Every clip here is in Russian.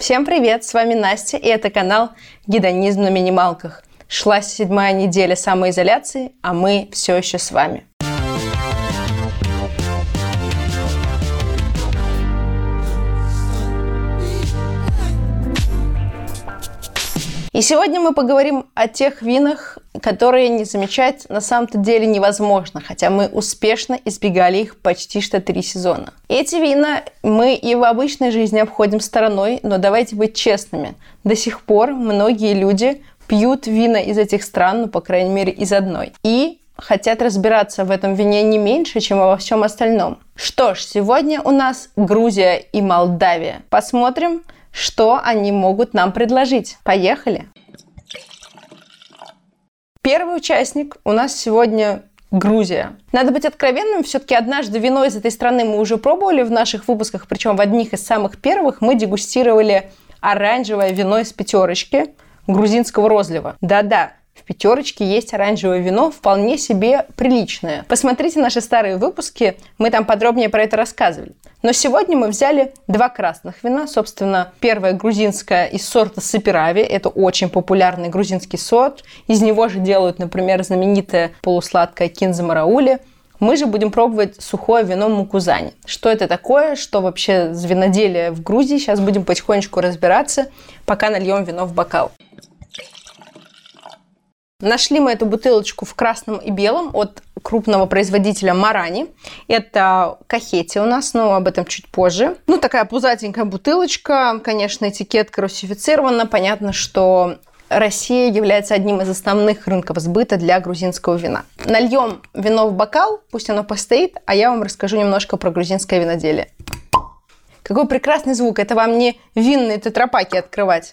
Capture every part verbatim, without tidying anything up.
Всем привет, с вами Настя, и это канал «Гедонизм на минималках». Шла седьмая неделя самоизоляции, а мы все еще с вами. И сегодня мы поговорим о тех винах, которые не замечать на самом-то деле невозможно, хотя мы успешно избегали их почти что три сезона. Эти вина мы и в обычной жизни обходим стороной, но давайте быть честными. До сих пор многие люди пьют вина из этих стран, ну, по крайней мере, из одной, и хотят разбираться в этом вине не меньше, чем во всем остальном. Что ж, сегодня у нас Грузия и Молдавия. Посмотрим, что они могут нам предложить. Поехали! Первый участник у нас сегодня Грузия. Надо быть откровенным, все-таки однажды вино из этой страны мы уже пробовали в наших выпусках, причем в одних из самых первых мы дегустировали оранжевое вино из пятерочки грузинского розлива. Да-да, в пятерочке есть оранжевое вино, вполне себе приличное. Посмотрите наши старые выпуски, мы там подробнее про это рассказывали. Но сегодня мы взяли два красных вина. Собственно, первое грузинское из сорта Саперави. Это очень популярный грузинский сорт. Из него же делают, например, знаменитое полусладкое кинза-мараули. Мы же будем пробовать сухое вино Мукузани. Что это такое, что вообще за виноделие в Грузии? Сейчас будем потихонечку разбираться, пока нальем вино в бокал. Нашли мы эту бутылочку в красном и белом от крупного производителя Марани. Это Кахети у нас, но об этом чуть позже. Ну, такая пузатенькая бутылочка. Конечно, этикетка русифицирована. Понятно, что Россия является одним из основных рынков сбыта для грузинского вина. Нальем вино в бокал, пусть оно постоит, а я вам расскажу немножко про грузинское виноделие. Какой прекрасный звук! Это вам не винные тетрапаки открывать.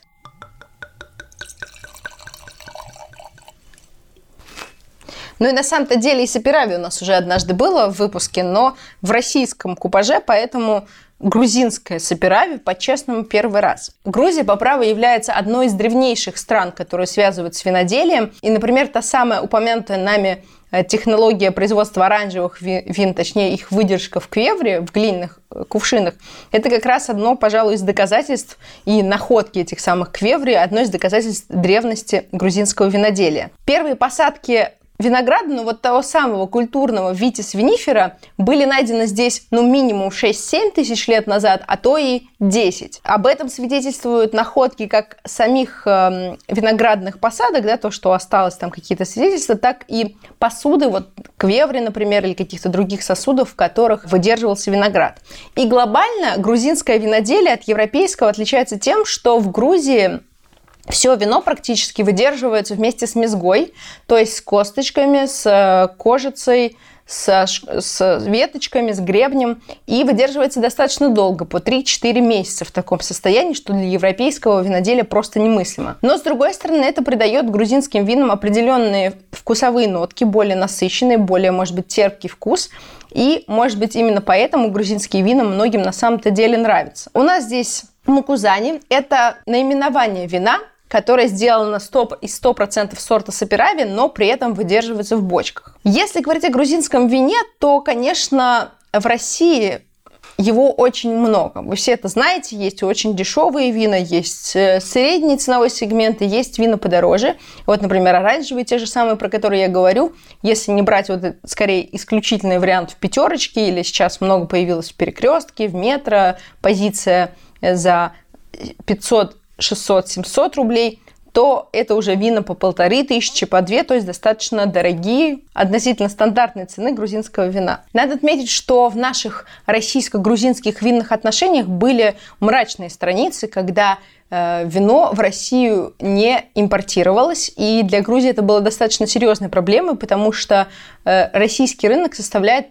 Ну и на самом-то деле и Саперави у нас уже однажды было в выпуске, но в российском купаже, поэтому грузинское Саперави по-честному первый раз. Грузия по праву является одной из древнейших стран, которые связывают с виноделием. И, например, та самая упомянутая нами технология производства оранжевых вин, точнее их выдержка в квевре, в глиняных кувшинах, это как раз одно, пожалуй, из доказательств и находки этих самых квеври, одно из доказательств древности грузинского виноделия. Первые посадки винограда, ну вот того самого культурного Витис винифера, были найдены здесь, ну, минимум шесть-семь тысяч лет назад, а то и десять. Об этом свидетельствуют находки как самих э, виноградных посадок, да, то, что осталось там какие-то свидетельства, так и посуды, вот квеври, например, или каких-то других сосудов, в которых выдерживался виноград. И глобально грузинское виноделие от европейского отличается тем, что в Грузии все вино практически выдерживается вместе с мезгой, то есть с косточками, с кожицей, с, с веточками, с гребнем, и выдерживается достаточно долго, по три-четыре месяца в таком состоянии, что для европейского виноделия просто немыслимо. Но, с другой стороны, это придает грузинским винам определенные вкусовые нотки, более насыщенные, более, может быть, терпкий вкус, и, может быть, именно поэтому грузинские вина многим на самом-то деле нравятся. У нас здесь Мукузани – это наименование вина, которая сделана из сто процентов сорта Саперави, но при этом выдерживается в бочках. Если говорить о грузинском вине, то, конечно, в России его очень много. Вы все это знаете, есть очень дешевые вина, есть средний ценовой сегмент, и есть вина подороже. Вот, например, оранжевые, те же самые, про которые я говорю. Если не брать вот скорее исключительный вариант в пятерочке, или сейчас много появилось в Перекрестке, в Метро, позиция за пятьсот, шестьсот, семьсот рублей, то это уже вина по полторы тысячи, по две, то есть достаточно дорогие, относительно стандартной цены грузинского вина. Надо отметить, что в наших российско-грузинских винных отношениях были мрачные страницы, когда э, вино в Россию не импортировалось, и для Грузии это было достаточно серьезной проблемой, потому что э, российский рынок составляет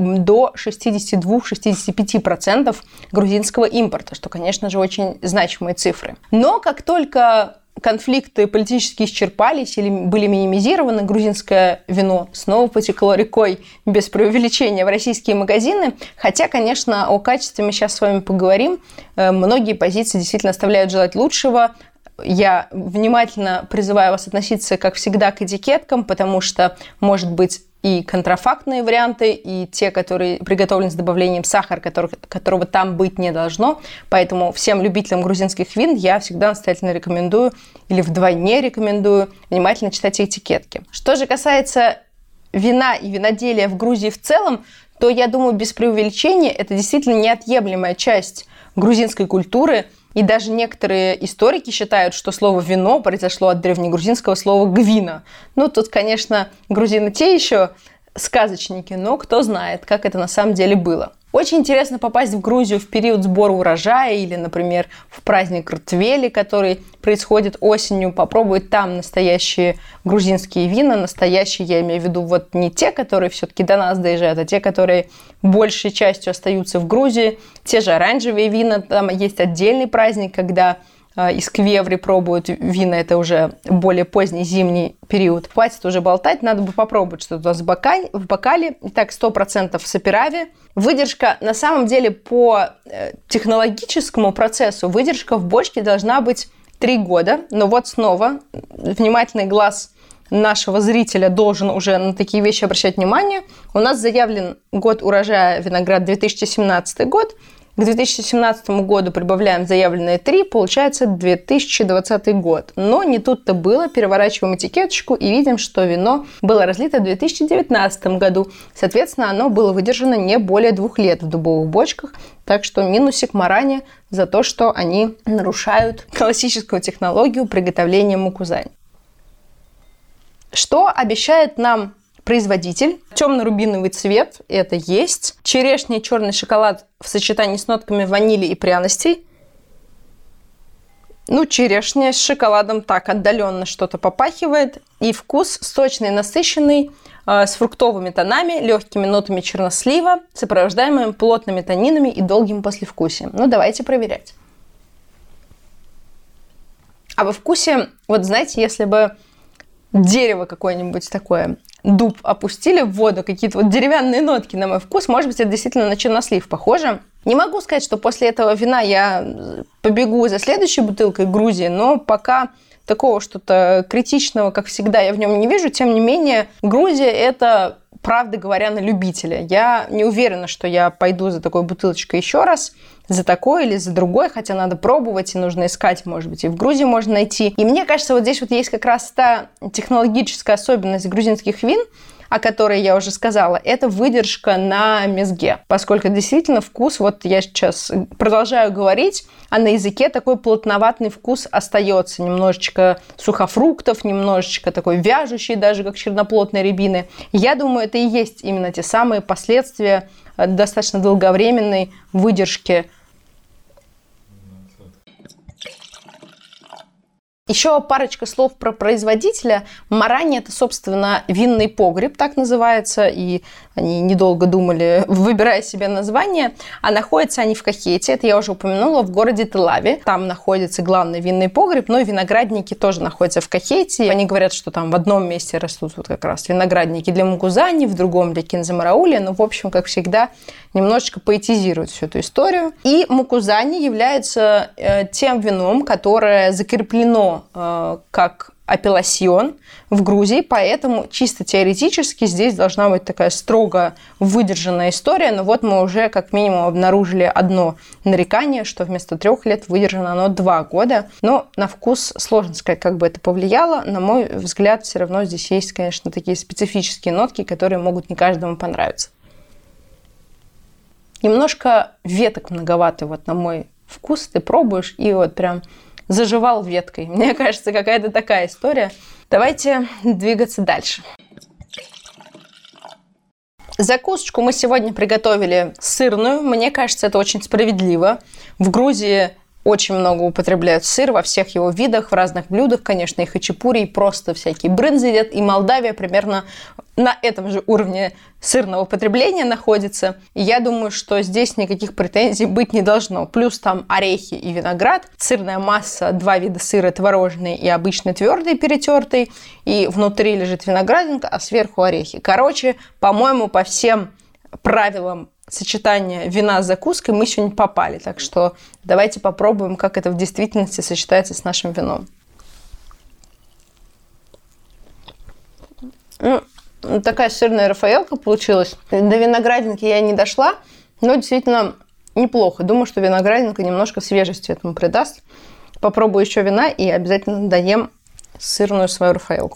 до шестьдесят два - шестьдесят пять процентов грузинского импорта, что, конечно же, очень значимые цифры. Но как только конфликты политически исчерпались или были минимизированы, грузинское вино снова потекло рекой без преувеличения в российские магазины. Хотя, конечно, о качестве мы сейчас с вами поговорим. Многие позиции действительно оставляют желать лучшего. Я внимательно призываю вас относиться, как всегда, к этикеткам, потому что может быть и контрафактные варианты, и те, которые приготовлены с добавлением сахара, которых, которого там быть не должно. Поэтому всем любителям грузинских вин я всегда настоятельно рекомендую или вдвойне рекомендую внимательно читать этикетки. Что же касается вина и виноделия в Грузии в целом, то, я думаю, без преувеличения, это действительно неотъемлемая часть грузинской культуры. И даже некоторые историки считают, что слово «вино» произошло от древнегрузинского слова «гвина». Ну, тут, конечно, грузины те еще сказочники, но кто знает, как это на самом деле было. Очень интересно попасть в Грузию в период сбора урожая или, например, в праздник Ртвели, который происходит осенью, попробовать там настоящие грузинские вина. Настоящие, я имею в виду, вот не те, которые все-таки до нас доезжают, а те, которые большей частью остаются в Грузии. Те же оранжевые вина, там есть отдельный праздник, когда из Квеври пробуют вина, это уже более поздний зимний период. Хватит уже болтать, надо бы попробовать что-то у нас в бокале. В бокале. Итак, сто процентов Саперави. Выдержка, на самом деле, по технологическому процессу, выдержка в бочке должна быть три года. Но вот снова внимательный глаз нашего зрителя должен уже на такие вещи обращать внимание. У нас заявлен год урожая виноград две тысячи семнадцатый год. К две тысячи семнадцатому году прибавляем заявленные три, получается две тысячи двадцатый год. Но не тут-то было. Переворачиваем этикеточку и видим, что вино было разлито в две тысячи девятнадцатом году. Соответственно, оно было выдержано не более двух лет в дубовых бочках. Так что минусик Маране за то, что они нарушают классическую технологию приготовления мукузань. Что обещает нам производитель? Темно-рубиновый цвет – это есть. Черешня и черный шоколад в сочетании с нотками ванили и пряностей. Ну, черешня с шоколадом так отдаленно что-то попахивает. И вкус сочный, насыщенный, э, с фруктовыми тонами, легкими нотами чернослива, сопровождаемыми плотными танинами и долгим послевкусием. Ну, давайте проверять. А во вкусе, вот знаете, если бы дерево какое-нибудь такое, дуб опустили в воду, какие-то вот деревянные нотки на мой вкус, может быть, это действительно на чернослив похоже. Не могу сказать, что после этого вина я побегу за следующей бутылкой Грузии, но пока такого что-то критичного, как всегда, я в нем не вижу. Тем не менее, Грузия – это, правда говоря, на любителя. Я не уверена, что я пойду за такой бутылочкой еще раз, за такой или за другой, хотя надо пробовать, и нужно искать, может быть, и в Грузии можно найти. И мне кажется, вот здесь вот есть как раз та технологическая особенность грузинских вин, о которой я уже сказала, это выдержка на мезге. Поскольку действительно вкус, вот я сейчас продолжаю говорить, а на языке такой плотноватый вкус остается. Немножечко сухофруктов, немножечко такой вяжущий, даже как черноплодной рябины. Я думаю, это и есть именно те самые последствия достаточно долговременной выдержки. Еще парочка слов про производителя. Марани – это, собственно, винный погреб, так называется, и они недолго думали, выбирая себе название. А находятся они в Кахете, это я уже упомянула, в городе Тель-Авиве. Там находится главный винный погреб, но и виноградники тоже находятся в Кахете. Они говорят, что там в одном месте растут вот как раз виноградники для мукузани, в другом для кинза-мараули. Ну, в общем, как всегда, немножечко поэтизируют всю эту историю. И мукузани является э, тем вином, которое закреплено э, как апелласьон в Грузии, поэтому чисто теоретически здесь должна быть такая строго выдержанная история, но вот мы уже как минимум обнаружили одно нарекание, что вместо трех лет выдержано оно два года, но на вкус сложно сказать, как бы это повлияло. На мой взгляд, все равно здесь есть, конечно, такие специфические нотки, которые могут не каждому понравиться. Немножко веток многовато, вот на мой вкус, ты пробуешь и вот прям заживал веткой. Мне кажется, какая-то такая история. Давайте двигаться дальше. Закусочку мы сегодня приготовили сырную. Мне кажется, это очень справедливо. В Грузии очень много употребляют сыр во всех его видах, в разных блюдах, конечно, и хачапури, и просто всякие брынзы едят. И Молдавия примерно на этом же уровне сырного потребления находится. И я думаю, что здесь никаких претензий быть не должно. Плюс там орехи и виноград, сырная масса, два вида сыра, творожный и обычный твердый перетертый. И внутри лежит виноградинка, а сверху орехи. Короче, по-моему, по всем правилам сочетание вина с закуской мы сегодня попали. Так что давайте попробуем, как это в действительности сочетается с нашим вином. такая сырная рафаэлка получилась. До виноградинки я не дошла, но действительно неплохо. Думаю, что виноградинка немножко свежести этому придаст. Попробую еще вина и обязательно доем сырную свою рафаэлку.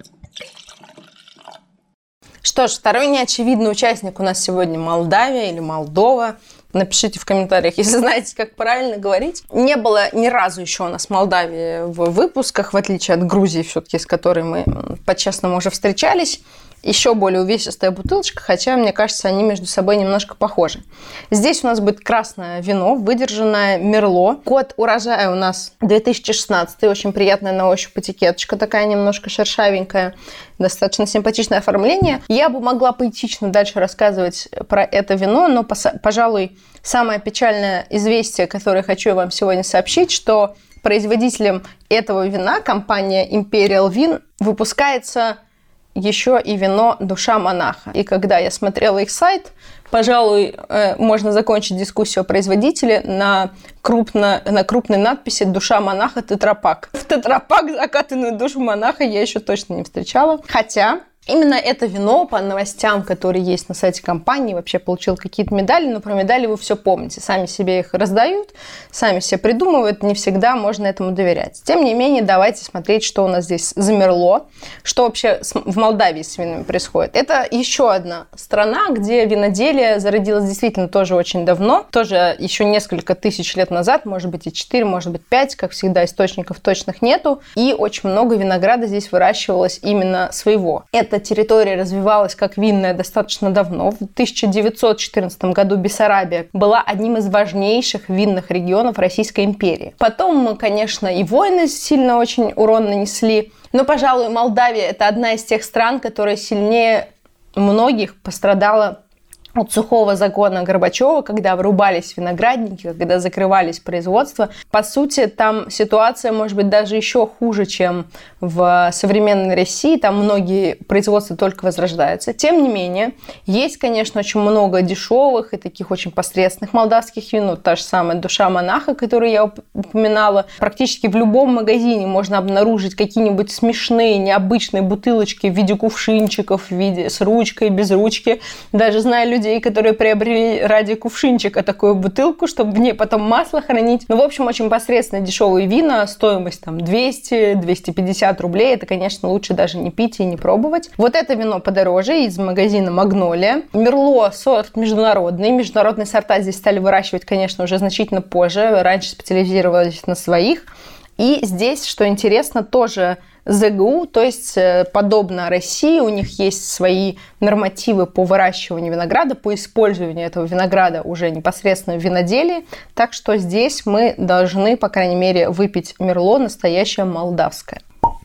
Что ж, второй неочевидный участник у нас сегодня Молдавия или Молдова. Напишите в комментариях, если знаете, как правильно говорить. Не было ни разу еще у нас Молдавии в выпусках, в отличие от Грузии, все-таки, с которой мы по-честному уже встречались. Еще более увесистая бутылочка, хотя, мне кажется, они между собой немножко похожи. Здесь у нас будет красное вино, выдержанное Мерло. Год урожая у нас две тысячи шестнадцатый, очень приятная на ощупь этикеточка, такая немножко шершавенькая, достаточно симпатичное оформление. Я бы могла поэтично дальше рассказывать про это вино, но, пожалуй, самое печальное известие, которое хочу вам сегодня сообщить, что производителем этого вина, компания Imperial Wine, выпускается еще и вино «Душа монаха». И когда я смотрела их сайт, пожалуй, можно закончить дискуссию о производителе на, крупно, на крупной надписи «Душа монаха тетрапак». В тетрапак закатанную душу монаха я еще точно не встречала. Хотя именно это вино, по новостям, которые есть на сайте компании, вообще получил какие-то медали, но про медали вы все помните. Сами себе их раздают, сами себе придумывают, не всегда можно этому доверять. Тем не менее, давайте смотреть, что у нас здесь замерло, что вообще в Молдавии с винами происходит. Это еще одна страна, где виноделие зародилось действительно тоже очень давно, тоже еще несколько тысяч лет назад, может быть и четыре, может быть пять, как всегда, источников точных нету, и очень много винограда здесь выращивалось именно своего. Это территория развивалась как винная достаточно давно. В тысяча девятьсот четырнадцатом году Бессарабия была одним из важнейших винных регионов Российской империи. Потом, конечно, и войны сильно очень урон нанесли. Но, пожалуй, Молдавия – это одна из тех стран, которая сильнее многих пострадала от сухого закона Горбачева, когда врубались виноградники, когда закрывались производства. По сути, там ситуация может быть даже еще хуже, чем в современной России. Там многие производства только возрождаются. Тем не менее, есть, конечно, очень много дешевых и таких очень посредственных молдавских вин. Вот та же самая «Душа монаха», которую я упоминала. Практически в любом магазине можно обнаружить какие-нибудь смешные, необычные бутылочки в виде кувшинчиков, в виде с ручкой, без ручки. Даже знаю людей, которые приобрели ради кувшинчика такую бутылку, чтобы в ней потом масло хранить. Ну, в общем, очень посредственно дешевые вина, стоимость там двести - двести пятьдесят рублей. Это, конечно, лучше даже не пить и не пробовать. Вот это вино подороже из магазина «Магнолия». Мерло сорт международный. Международные сорта здесь стали выращивать, конечно, уже значительно позже. Раньше специализировались на своих. И здесь, что интересно, тоже зэ гэ у, то есть подобно России, у них есть свои нормативы по выращиванию винограда, по использованию этого винограда уже непосредственно в виноделии. Так что здесь мы должны, по крайней мере, выпить Мерло настоящее молдавское.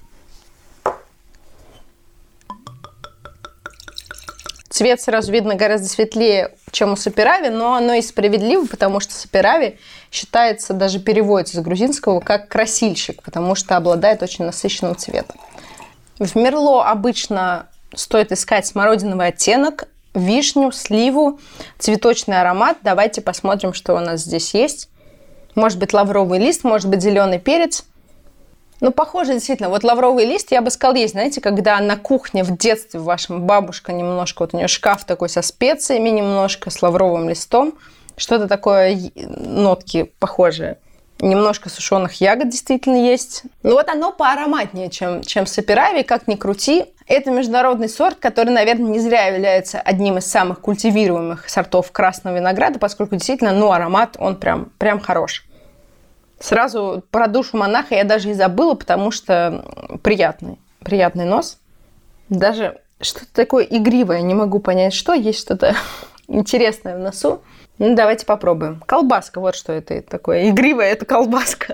Цвет сразу видно гораздо светлее, чем у Саперави, но оно и справедливо, потому что Саперави считается, даже переводится с грузинского как красильщик, потому что обладает очень насыщенным цветом. В Мерло обычно стоит искать смородиновый оттенок, вишню, сливу, цветочный аромат. Давайте посмотрим, что у нас здесь есть. Может быть лавровый лист, может быть зеленый перец. Ну, похоже, действительно, вот лавровый лист, я бы сказала, есть, знаете, когда на кухне в детстве вашем бабушка немножко, вот у нее шкаф такой со специями немножко, с лавровым листом, что-то такое, нотки похожие. Немножко сушеных ягод действительно есть. Ну, вот оно поароматнее, чем, чем Саперави, как ни крути. Это международный сорт, который, наверное, не зря является одним из самых культивируемых сортов красного винограда, поскольку действительно, ну, аромат, он прям, прям хорош. Сразу про «Душу монаха» я даже и забыла, потому что приятный, приятный нос. Даже что-то такое игривое, не могу понять, что. Есть что-то интересное в носу. Ну, давайте попробуем. Колбаска, вот что это такое. Игривое – это колбаска.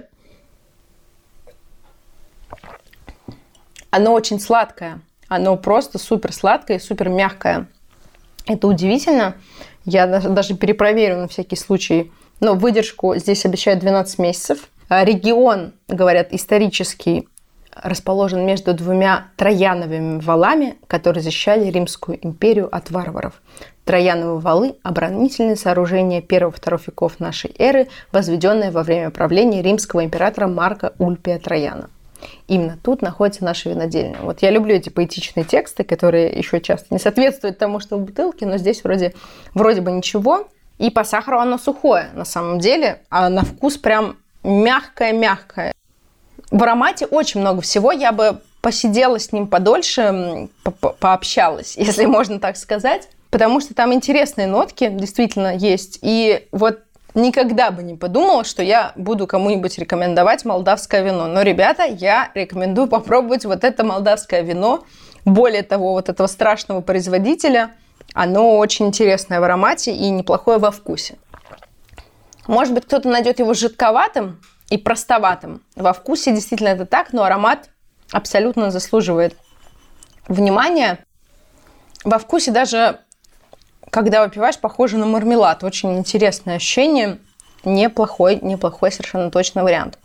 Оно очень сладкое. Оно просто супер сладкое и супер мягкое. Это удивительно. Я даже перепроверю на всякий случай. Но выдержку здесь обещают двенадцать месяцев. Регион, говорят, исторический, расположен между двумя Трояновыми валами, которые защищали Римскую империю от варваров. Трояновые валы – оборонительные сооружения первого-второго веков нашей эры, возведенные во время правления римского императора Марка Ульпия Трояна. Именно тут находится наша винодельня. Вот я люблю эти поэтичные тексты, которые еще часто не соответствуют тому, что в бутылке, но здесь вроде, вроде бы ничего. И по сахару оно сухое на самом деле, а на вкус прям мягкое-мягкое. В аромате очень много всего. Я бы посидела с ним подольше, по- пообщалась, если можно так сказать. Потому что там интересные нотки действительно есть. И вот никогда бы не подумала, что я буду кому-нибудь рекомендовать молдавское вино. Но, ребята, я рекомендую попробовать вот это молдавское вино. Более того, вот этого страшного производителя, оно очень интересное в аромате и неплохое во вкусе. Может быть, кто-то найдет его жидковатым и простоватым. Во вкусе действительно это так, но аромат абсолютно заслуживает внимания. Во вкусе даже, когда выпиваешь, похоже на мармелад. Очень интересное ощущение. Неплохой, неплохой совершенно точно вариант.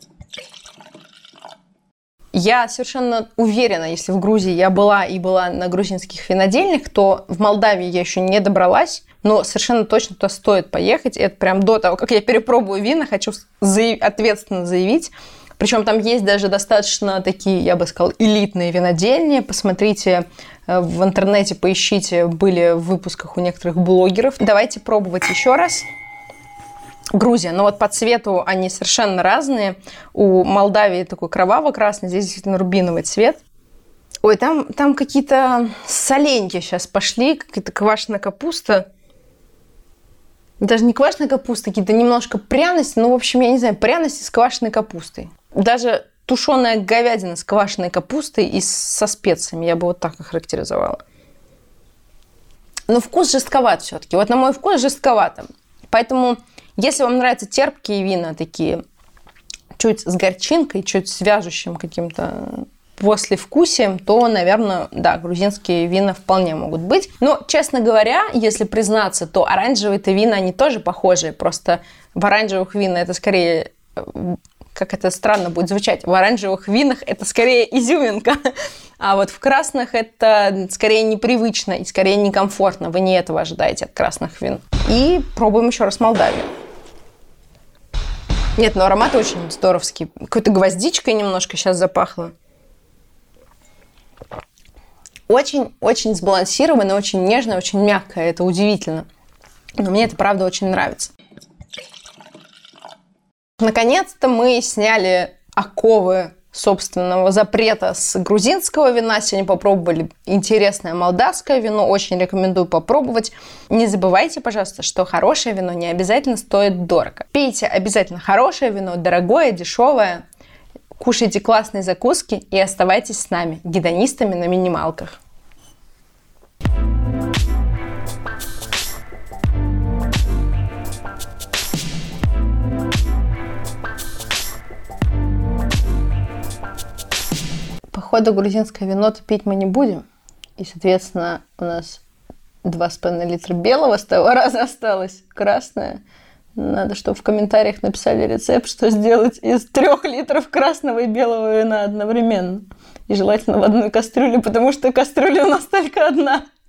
Я совершенно уверена, если в Грузии я была и была на грузинских винодельнях, то в Молдавии я еще не добралась, но совершенно точно туда стоит поехать. Это прям до того, как я перепробую вина, хочу заяв... ответственно заявить. Причем там есть даже достаточно такие, я бы сказала, элитные винодельни. Посмотрите в интернете, поищите, были в выпусках у некоторых блогеров. Давайте пробовать еще раз. Грузия, но вот по цвету они совершенно разные. У Молдавии такой кроваво-красный, здесь действительно рубиновый цвет. Ой, там, там какие-то соленьки сейчас пошли, какая-то квашеная капуста. Даже не квашеная капуста, какие-то немножко пряности, ну, в общем, я не знаю, пряности с квашеной капустой. Даже тушеная говядина с квашеной капустой и со специями, я бы вот так охарактеризовала. Но вкус жестковат все-таки. Вот на мой вкус жестковато. Поэтому, если вам нравятся терпкие вина, такие чуть с горчинкой, чуть с вяжущим каким-то послевкусием, то, наверное, да, грузинские вина вполне могут быть. Но, честно говоря, если признаться, то оранжевые-то вина, они тоже похожие. Просто в оранжевых винах это скорее, как это странно будет звучать, в оранжевых винах это скорее изюминка, а вот в красных это скорее непривычно и скорее некомфортно. Вы не этого ожидаете от красных вин. И пробуем еще раз Молдавию. Нет, но аромат очень здоровский. Какой-то гвоздичкой немножко сейчас запахло. Очень-очень сбалансированное, очень нежное, очень мягкое. Это удивительно. Но мне это, правда, очень нравится. Наконец-то мы сняли оковы собственного запрета с грузинского вина. Сегодня попробовали интересное молдавское вино. Очень рекомендую попробовать. Не забывайте, пожалуйста, что хорошее вино не обязательно стоит дорого. Пейте обязательно хорошее вино, дорогое, дешевое. Кушайте классные закуски и оставайтесь с нами, гедонистами на минималках. Походу, грузинское вино-то пить мы не будем. И, соответственно, у нас два с половиной литра белого с того раза осталось. Красное. Надо, чтобы в комментариях написали рецепт, что сделать из трех литров красного и белого вина одновременно. И желательно в одной кастрюле, потому что кастрюля у нас только одна.